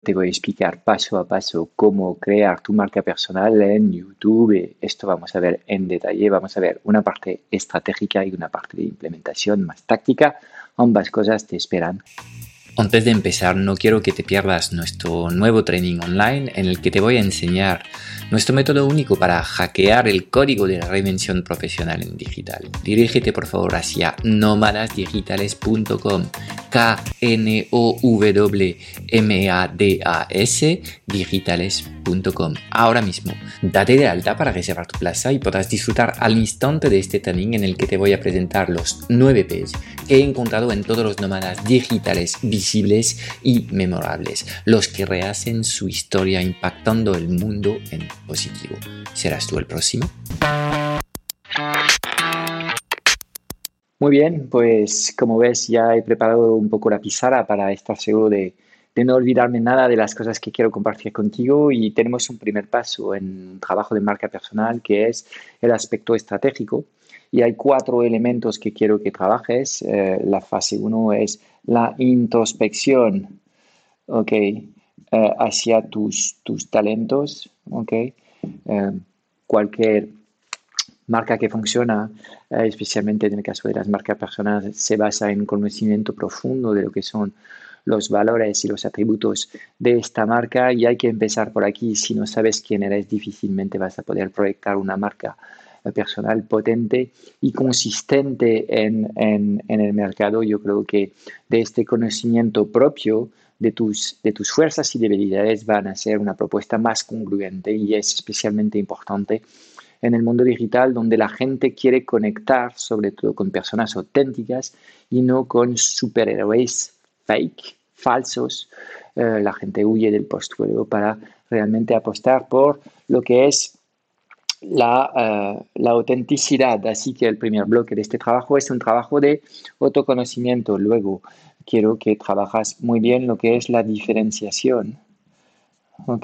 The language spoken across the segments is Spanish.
te voy a explicar paso a paso cómo crear tu marca personal en YouTube. Esto vamos a ver en detalle. Vamos a ver una parte estratégica y una parte de implementación más táctica. Ambas cosas te esperan. Antes de empezar, no quiero que te pierdas nuestro nuevo training online en el que te voy a enseñar nuestro método único para hackear el código de la reinvención profesional en digital. Dirígete por favor hacia nómadasdigitales.com, KNOWMADAS digitales.com. Ahora mismo, date de alta para reservar tu plaza y podrás disfrutar al instante de este training en el que te voy a presentar los 9 P's que he encontrado en todos los nómadas digitales visibles y memorables, los que rehacen su historia impactando el mundo en positivo. ¿Serás tú el próximo? Muy bien, pues como ves ya he preparado un poco la pizarra para estar seguro de no olvidarme nada de las cosas que quiero compartir contigo, y tenemos un primer paso en un trabajo de marca personal que es el aspecto estratégico, y hay 4 elementos que quiero que trabajes. La fase 1 es la introspección, ¿ok? Hacia tus talentos, ¿ok? Cualquier marca que funciona, especialmente en el caso de las marcas personales, se basa en un conocimiento profundo de lo que son los valores y los atributos de esta marca, y hay que empezar por aquí. Si no sabes quién eres, difícilmente vas a poder proyectar una marca personal potente y consistente en el mercado. Yo creo que de este conocimiento propio de tus fuerzas y debilidades van a ser una propuesta más congruente, y es especialmente importante en el mundo digital, donde la gente quiere conectar sobre todo con personas auténticas y no con superhéroes fake, falsos. La gente huye del postuelo para realmente apostar por lo que es la autenticidad. Así que el primer bloque de este trabajo es un trabajo de autoconocimiento. Luego quiero que trabajas muy bien lo que es la diferenciación. ¿Ok?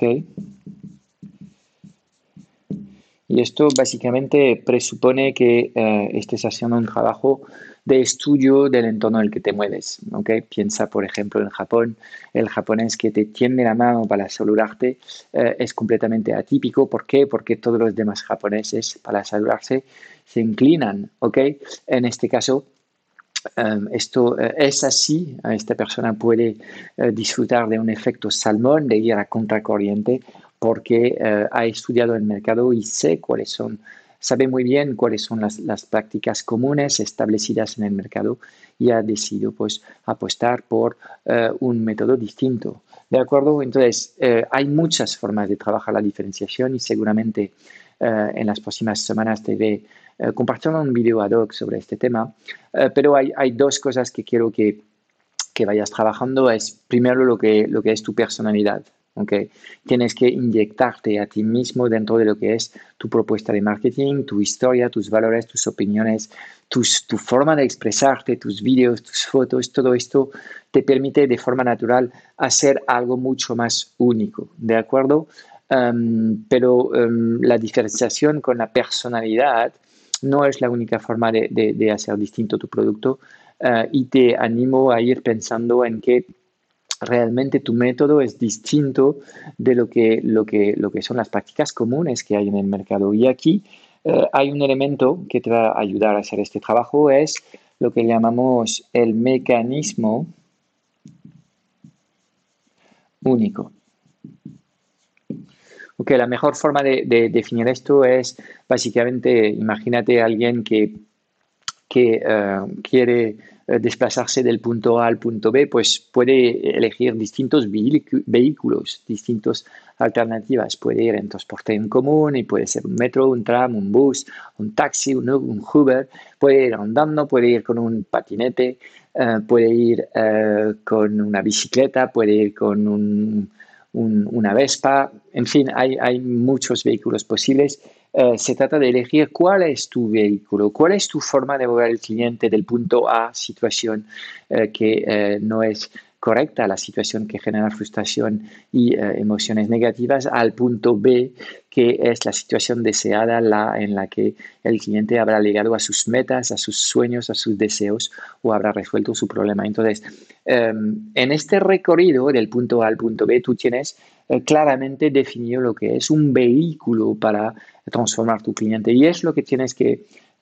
Y esto básicamente presupone que estés haciendo un trabajo de estudio del entorno en el que te mueves, ¿okay? Piensa, por ejemplo, en Japón. El japonés que te tiende la mano para saludarte es completamente atípico. ¿Por qué? Porque todos los demás japoneses, para saludarse, se inclinan, ¿ok? En este caso, esto es así. Esta persona puede disfrutar de un efecto salmón, de ir a contracorriente, porque ha estudiado el mercado y sabe muy bien cuáles son las prácticas comunes establecidas en el mercado, y ha decidido pues apostar por un método distinto. ¿De acuerdo? Entonces, hay muchas formas de trabajar la diferenciación, y seguramente en las próximas semanas te iré compartiendo un video ad hoc sobre este tema. Pero hay 2 cosas que quiero que vayas trabajando. Es primero lo que es tu personalidad. ¿Okay? Tienes que inyectarte a ti mismo dentro de lo que es tu propuesta de marketing, tu historia, tus valores, tus opiniones, tu forma de expresarte, tus vídeos, tus fotos. Todo esto te permite de forma natural hacer algo mucho más único, ¿de acuerdo? Pero la diferenciación con la personalidad no es la única forma de hacer distinto tu producto, y te animo a ir pensando en que realmente tu método es distinto de lo que son las prácticas comunes que hay en el mercado. Y aquí hay un elemento que te va a ayudar a hacer este trabajo, es lo que llamamos el mecanismo único. Ok, la mejor forma de definir esto es básicamente, imagínate a alguien que quiere desplazarse del punto A al punto B, pues puede elegir distintos vehículos, distintas alternativas. Puede ir en transporte en común, y puede ser un metro, un tram, un bus, un taxi, un Uber. Puede ir andando, puede ir con un patinete, puede ir con una bicicleta, puede ir con una Vespa. En fin, hay muchos vehículos posibles. Se trata de elegir cuál es tu vehículo, cuál es tu forma de mover al cliente del punto A, situación que no es correcta la situación que genera frustración y emociones negativas al punto B, que es la situación deseada, en la que el cliente habrá llegado a sus metas, a sus sueños, a sus deseos o habrá resuelto su problema. Entonces, en este recorrido del punto A al punto B, tú tienes claramente definido lo que es un vehículo para transformar tu cliente y es lo que tienes que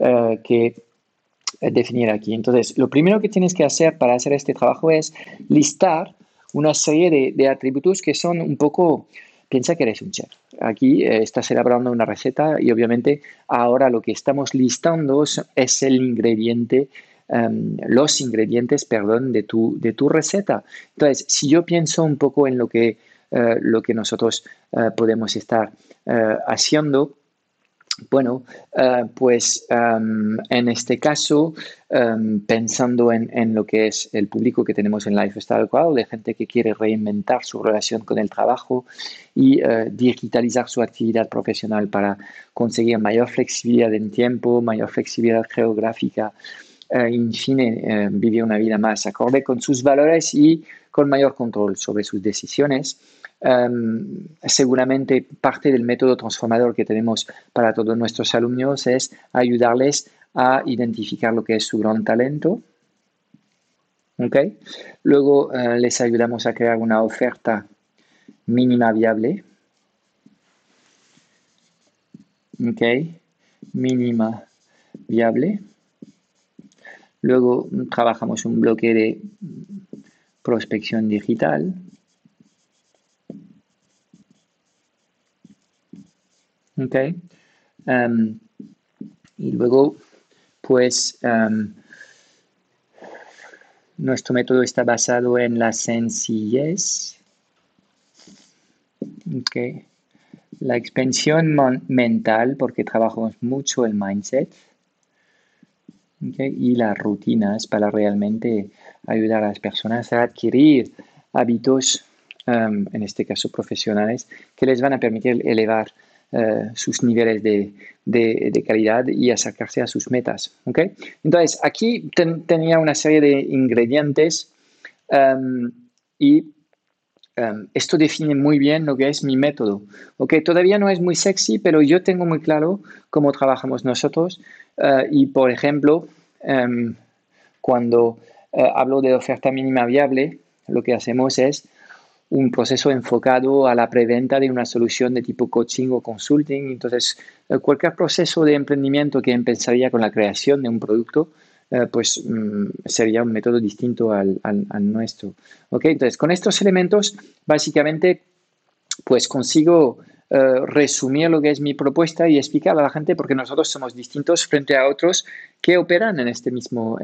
definir aquí. Entonces, lo primero que tienes que hacer para hacer este trabajo es listar una serie de atributos que son un poco, piensa que eres un chef. Aquí estás elaborando una receta y obviamente ahora lo que estamos listando es el ingrediente, los ingredientes, perdón, de tu receta. Entonces, si yo pienso un poco en lo que nosotros podemos estar haciendo, bueno, pues en este caso, pensando en lo que es el público que tenemos en Lifestyle Crowd, de gente que quiere reinventar su relación con el trabajo y digitalizar su actividad profesional para conseguir mayor flexibilidad en tiempo, mayor flexibilidad geográfica, en fin, vivir una vida más acorde con sus valores y con mayor control sobre sus decisiones. Seguramente parte del método transformador que tenemos para todos nuestros alumnos es ayudarles a identificar lo que es su gran talento. ¿Okay? Luego les ayudamos a crear una oferta mínima viable. ¿Okay? Mínima viable. Luego trabajamos un bloque de prospección digital. Okay. Y luego, pues, nuestro método está basado en la sencillez. Okay. La expansión mental, porque trabajamos mucho el mindset. Okay. Y las rutinas para realmente ayudar a las personas a adquirir hábitos, en este caso profesionales, que les van a permitir elevar sus niveles de calidad y acercarse a sus metas. ¿Okay? Entonces, aquí tenía una serie de ingredientes y esto define muy bien lo que es mi método. ¿Okay? Todavía no es muy sexy, pero yo tengo muy claro cómo trabajamos nosotros y, por ejemplo, cuando hablo de oferta mínima viable, lo que hacemos es un proceso enfocado a la preventa de una solución de tipo coaching o consulting. Entonces, cualquier proceso de emprendimiento que empezaría con la creación de un producto, pues sería un método distinto al nuestro. ¿Okay? Entonces, con estos elementos, básicamente, pues consigo resumir lo que es mi propuesta y explicar a la gente porque nosotros somos distintos frente a otros que operan en este mismo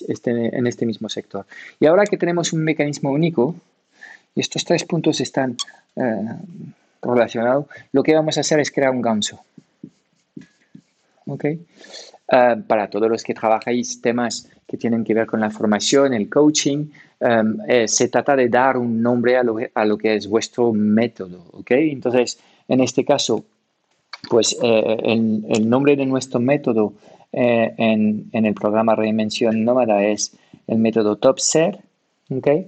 sector. Y ahora que tenemos un mecanismo único, y estos tres puntos están relacionados, lo que vamos a hacer es crear un gancho. ¿Okay? Para todos los que trabajáis temas que tienen que ver con la formación, el coaching, se trata de dar un nombre a lo que es vuestro método. ¿Okay? Entonces, en este caso, pues el nombre de nuestro método en el programa Reinvención Nómada es el método TopSer. ¿Okay?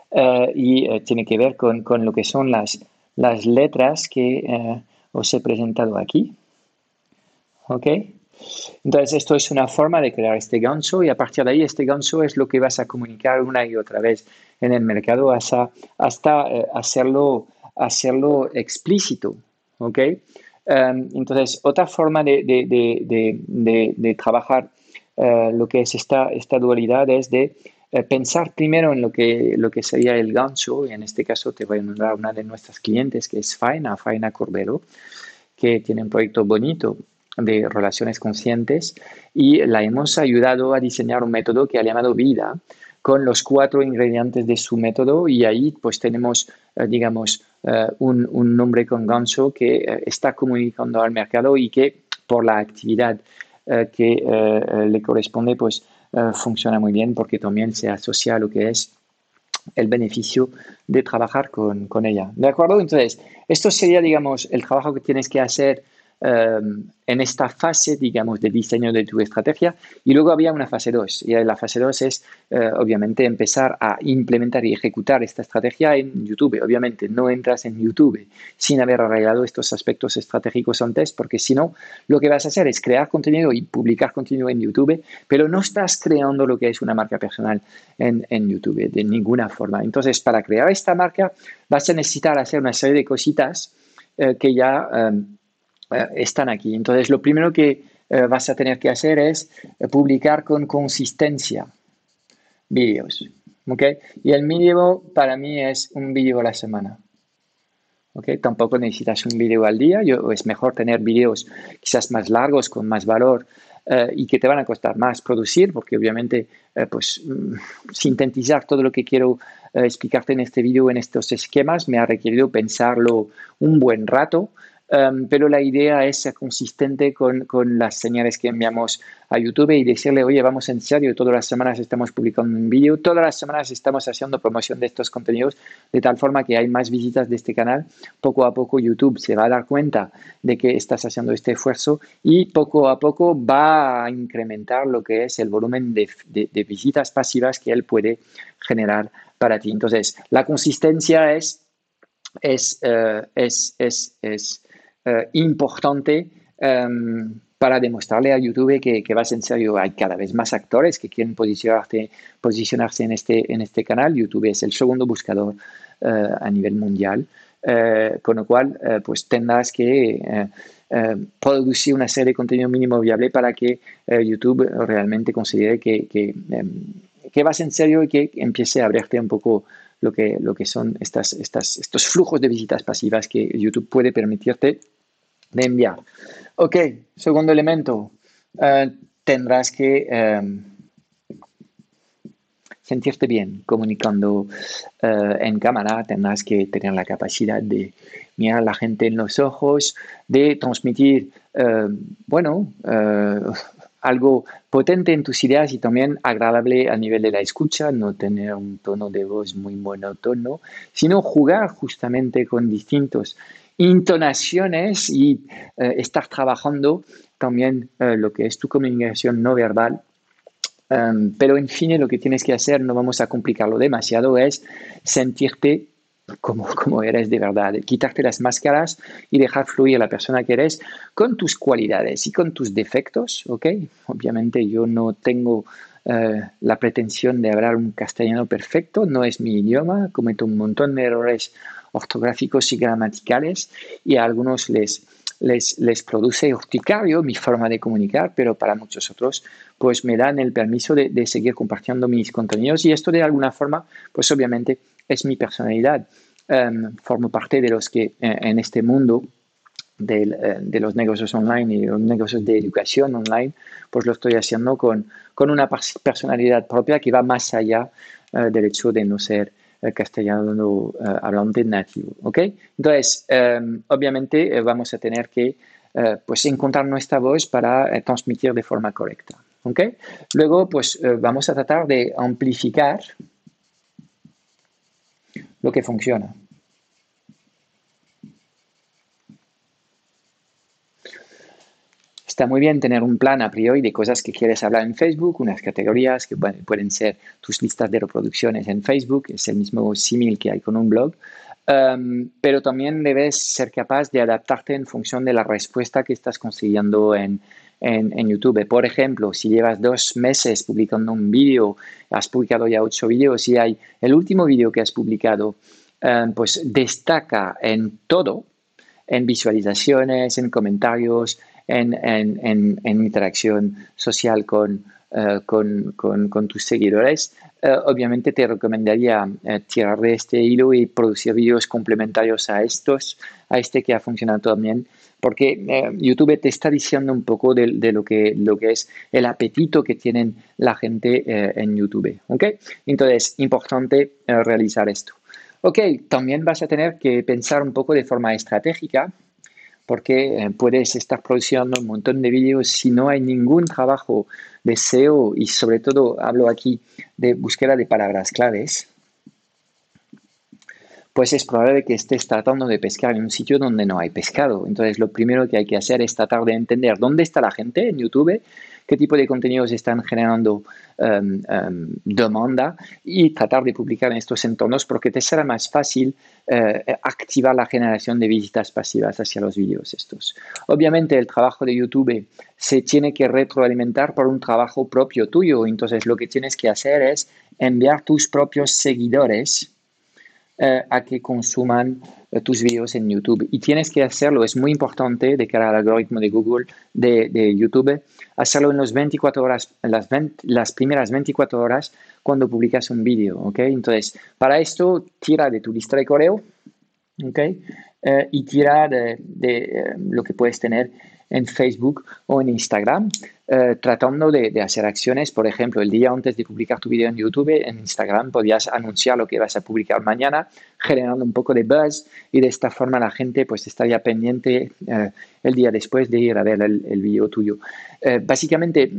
Y tiene que ver con lo que son las letras que os he presentado aquí. ¿Ok? Entonces, esto es una forma de crear este gancho y a partir de ahí este gancho es lo que vas a comunicar una y otra vez en el mercado hasta hacerlo explícito. ¿Ok? Entonces, otra forma de trabajar lo que es esta dualidad es de pensar primero en lo que sería el gancho, y en este caso te voy a nombrar una de nuestras clientes que es Faina Corbero, que tiene un proyecto bonito de relaciones conscientes y la hemos ayudado a diseñar un método que ha llamado Vida con los 4 ingredientes de su método y ahí pues tenemos, un nombre con gancho que está comunicando al mercado y que por la actividad que le corresponde pues funciona muy bien porque también se asocia a lo que es el beneficio de trabajar con ella. ¿De acuerdo? Entonces, esto sería, digamos, el trabajo que tienes que hacer en esta fase, digamos, de diseño de tu estrategia. Y luego había una fase 2. Y la fase 2 es, obviamente, empezar a implementar y ejecutar esta estrategia en YouTube. Obviamente, no entras en YouTube sin haber arreglado estos aspectos estratégicos antes, porque si no, lo que vas a hacer es crear contenido y publicar contenido en YouTube, pero no estás creando lo que es una marca personal en YouTube de ninguna forma. Entonces, para crear esta marca, vas a necesitar hacer una serie de cositas que ya están aquí. Entonces, lo primero que vas a tener que hacer es publicar con consistencia vídeos. ¿Okay? Y el mínimo para mí es un vídeo a la semana. ¿Okay? Tampoco necesitas un vídeo al día. Es mejor tener vídeos quizás más largos, con más valor y que te van a costar más producir, porque obviamente sintetizar todo lo que quiero explicarte en este vídeo, en estos esquemas, me ha requerido pensarlo un buen rato. Pero la idea es ser consistente con las señales que enviamos a YouTube y decirle, oye, vamos en serio, todas las semanas estamos publicando un vídeo, todas las semanas estamos haciendo promoción de estos contenidos, de tal forma que hay más visitas de este canal. Poco a poco YouTube se va a dar cuenta de que estás haciendo este esfuerzo y poco a poco va a incrementar lo que es el volumen de visitas pasivas que él puede generar para ti. Entonces, la consistencia es importante para demostrarle a YouTube que vas en serio. Hay cada vez más actores que quieren posicionarse en este canal. YouTube es el segundo buscador a nivel mundial, con lo cual pues tendrás que producir una serie de contenido mínimo viable para que YouTube realmente considere que vas en serio y que empiece a abrirte un poco lo que son estos flujos de visitas pasivas que YouTube puede permitirte de enviar. Ok, segundo elemento, tendrás que sentirte bien comunicando en cámara, tendrás que tener la capacidad de mirar a la gente en los ojos, de transmitir, algo potente en tus ideas y también agradable a nivel de la escucha, no tener un tono de voz muy monótono, sino jugar justamente con distintos intonaciones y estar trabajando también lo que es tu comunicación no verbal. Pero en fin, lo que tienes que hacer, no vamos a complicarlo demasiado, es sentirte como eres de verdad, quitarte las máscaras y dejar fluir a la persona que eres con tus cualidades y con tus defectos, ¿ok? Obviamente yo no tengo la pretensión de hablar un castellano perfecto, no es mi idioma, cometo un montón de errores ortográficos y gramaticales y a algunos les produce urticario mi forma de comunicar, pero para muchos otros pues me dan el permiso de seguir compartiendo mis contenidos y esto de alguna forma pues obviamente es mi personalidad. Formo parte de los que en este mundo de los negocios online y los negocios de educación online, pues lo estoy haciendo con una personalidad propia que va más allá del hecho de no ser castellano hablante nativo, ¿ok? Entonces, obviamente vamos a tener que pues encontrar nuestra voz para transmitir de forma correcta, ¿ok? Luego, pues vamos a tratar de amplificar lo que funciona. Está muy bien tener un plan a priori de cosas que quieres hablar en Facebook, unas categorías que pueden ser tus listas de reproducciones en Facebook, es el mismo símil que hay con un blog, pero también debes ser capaz de adaptarte en función de la respuesta que estás consiguiendo en YouTube. Por ejemplo, si llevas 2 meses publicando un vídeo, has publicado ya 8 vídeos y el último vídeo que has publicado pues destaca en todo, en visualizaciones, en comentarios, en interacción social con tus seguidores, obviamente te recomendaría tirar de este hilo y producir vídeos complementarios a este que ha funcionado también, porque YouTube te está diciendo un poco de lo que es el apetito que tienen la gente en YouTube, ¿ok? Entonces, importante realizar esto. Ok, también vas a tener que pensar un poco de forma estratégica, porque puedes estar produciendo un montón de vídeos si no hay ningún trabajo de SEO y sobre todo hablo aquí de búsqueda de palabras claves. pues es probable que estés tratando de pescar en un sitio donde no hay pescado. Entonces, lo primero que hay que hacer es tratar de entender dónde está la gente en YouTube, qué tipo de contenidos están generando demanda y tratar de publicar en estos entornos porque te será más fácil activar la generación de visitas pasivas hacia los vídeos estos. Obviamente el trabajo de YouTube se tiene que retroalimentar por un trabajo propio tuyo, entonces lo que tienes que hacer es enviar tus propios seguidores a que consuman tus vídeos en YouTube. Y tienes que hacerlo, es muy importante de cara al algoritmo de Google, de YouTube, hacerlo en las 24 horas, las primeras 24 horas cuando publicas un vídeo, ¿ok? Entonces, para esto, tira de tu lista de correo, ¿ok? Y tira de lo que puedes tener en Facebook o en Instagram, tratando de hacer acciones. Por ejemplo, el día antes de publicar tu video en YouTube, en Instagram podías anunciar lo que vas a publicar mañana, generando un poco de buzz y de esta forma la gente pues estaría pendiente el día después de ir a ver el video tuyo. Básicamente,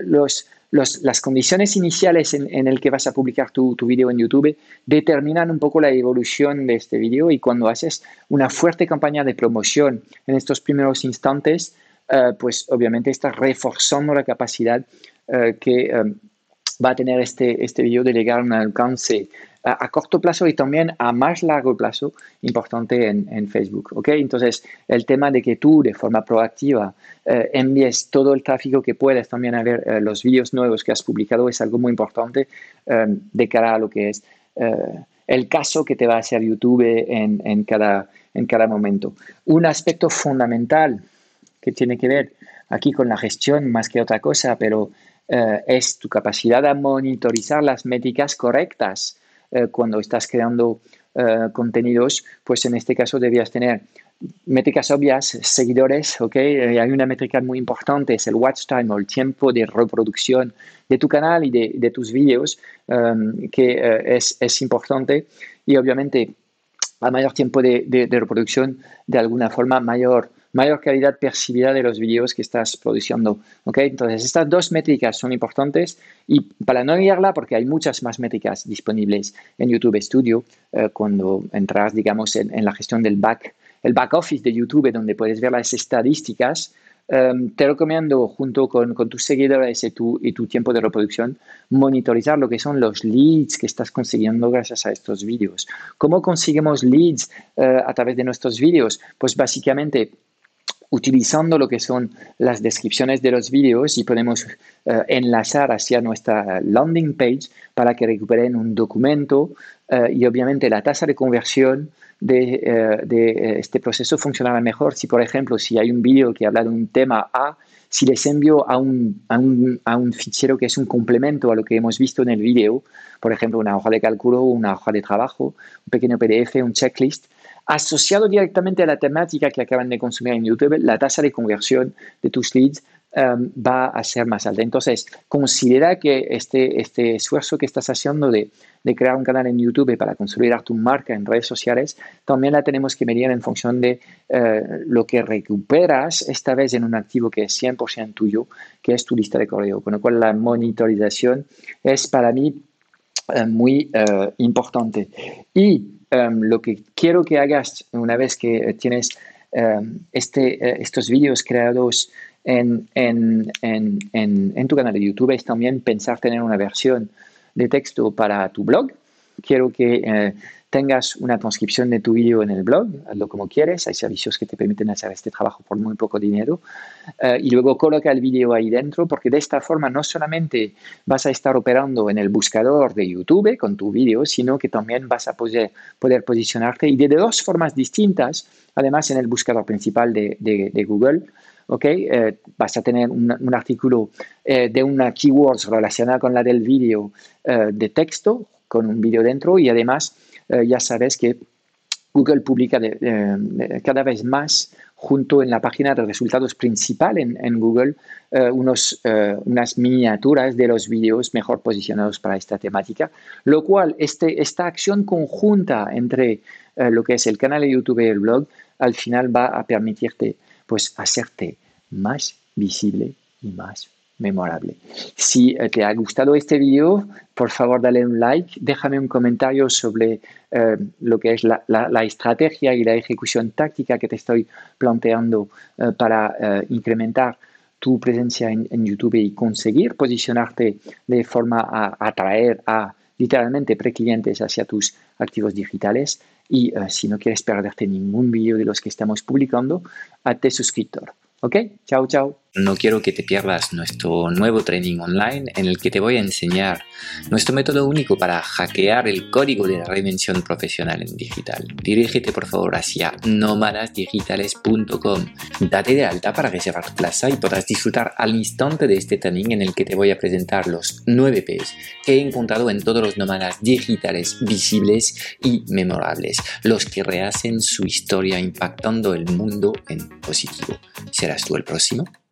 las condiciones iniciales en el que vas a publicar tu video en YouTube determinan un poco la evolución de este video y cuando haces una fuerte campaña de promoción en estos primeros instantes, pues obviamente estás reforzando la capacidad que va a tener este video de llegar a un alcance a corto plazo y también a más largo plazo importante en Facebook, ¿ok? Entonces, el tema de que tú de forma proactiva envíes todo el tráfico que puedas también a ver los vídeos nuevos que has publicado es algo muy importante de cara a lo que es el caso que te va a hacer YouTube en cada momento. Un aspecto fundamental que tiene que ver aquí con la gestión más que otra cosa, pero es tu capacidad de monitorizar las métricas correctas cuando estás creando contenidos, pues en este caso debías tener métricas obvias, seguidores, ¿ok? Hay una métrica muy importante, es el watch time o el tiempo de reproducción de tu canal y de tus vídeos, que es importante y obviamente a mayor tiempo de reproducción, de alguna forma mayor calidad percibida de los vídeos que estás produciendo, ¿ok? Entonces, estas dos métricas son importantes y para no liarla, porque hay muchas más métricas disponibles en YouTube Studio, cuando entras, digamos, en la gestión del el back office de YouTube, donde puedes ver las estadísticas, te recomiendo, junto con tus seguidores y tu tiempo de reproducción, monitorizar lo que son los leads que estás consiguiendo gracias a estos vídeos. ¿Cómo conseguimos leads a través de nuestros vídeos? Pues básicamente utilizando lo que son las descripciones de los vídeos y podemos enlazar hacia nuestra landing page para que recuperen un documento y obviamente la tasa de conversión de este proceso funcionará mejor si, por ejemplo, si hay un vídeo que habla de un tema A, si les envío a un fichero que es un complemento a lo que hemos visto en el vídeo, por ejemplo, una hoja de cálculo, una hoja de trabajo, un pequeño PDF, un checklist, asociado directamente a la temática que acaban de consumir en YouTube, la tasa de conversión de tus leads va a ser más alta. Entonces, considera que este esfuerzo que estás haciendo de crear un canal en YouTube para consolidar tu marca en redes sociales, también la tenemos que medir en función de lo que recuperas, esta vez en un activo que es 100% tuyo, que es tu lista de correo. Con lo cual, la monitorización es para mí muy importante. Y lo que quiero que hagas una vez que tienes estos vídeos creados en tu canal de YouTube es también pensar tener una versión de texto para tu blog. Quiero que tengas una transcripción de tu vídeo en el blog, hazlo como quieres, hay servicios que te permiten hacer este trabajo por muy poco dinero, y luego coloca el vídeo ahí dentro, porque de esta forma no solamente vas a estar operando en el buscador de YouTube con tu vídeo, sino que también vas a poder posicionarte y de dos formas distintas, además en el buscador principal de Google. Okay, vas a tener un artículo de una keywords relacionada con la del vídeo de texto, con un vídeo dentro y además ya sabes que Google publica cada vez más junto en la página de resultados principal en Google unas miniaturas de los vídeos mejor posicionados para esta temática, lo cual esta acción conjunta entre lo que es el canal de YouTube y el blog al final va a permitirte pues hacerte más visible y más memorable. Si te ha gustado este vídeo, por favor dale un like, déjame un comentario sobre lo que es la estrategia y la ejecución táctica que te estoy planteando para incrementar tu presencia en YouTube y conseguir posicionarte de forma a atraer a literalmente preclientes hacia tus activos digitales. Y si no quieres perderte ningún vídeo de los que estamos publicando, hazte suscriptor. ¿Ok? Chao, chao. No quiero que te pierdas nuestro nuevo training online en el que te voy a enseñar nuestro método único para hackear el código de la reinvención profesional en digital. Dirígete por favor hacia nómadasdigitales.com. Date de alta para reservar tu plaza y podrás disfrutar al instante de este training en el que te voy a presentar los 9 P's que he encontrado en todos los nómadas digitales visibles y memorables, los que rehacen su historia impactando el mundo en positivo. ¿Serás tú el próximo?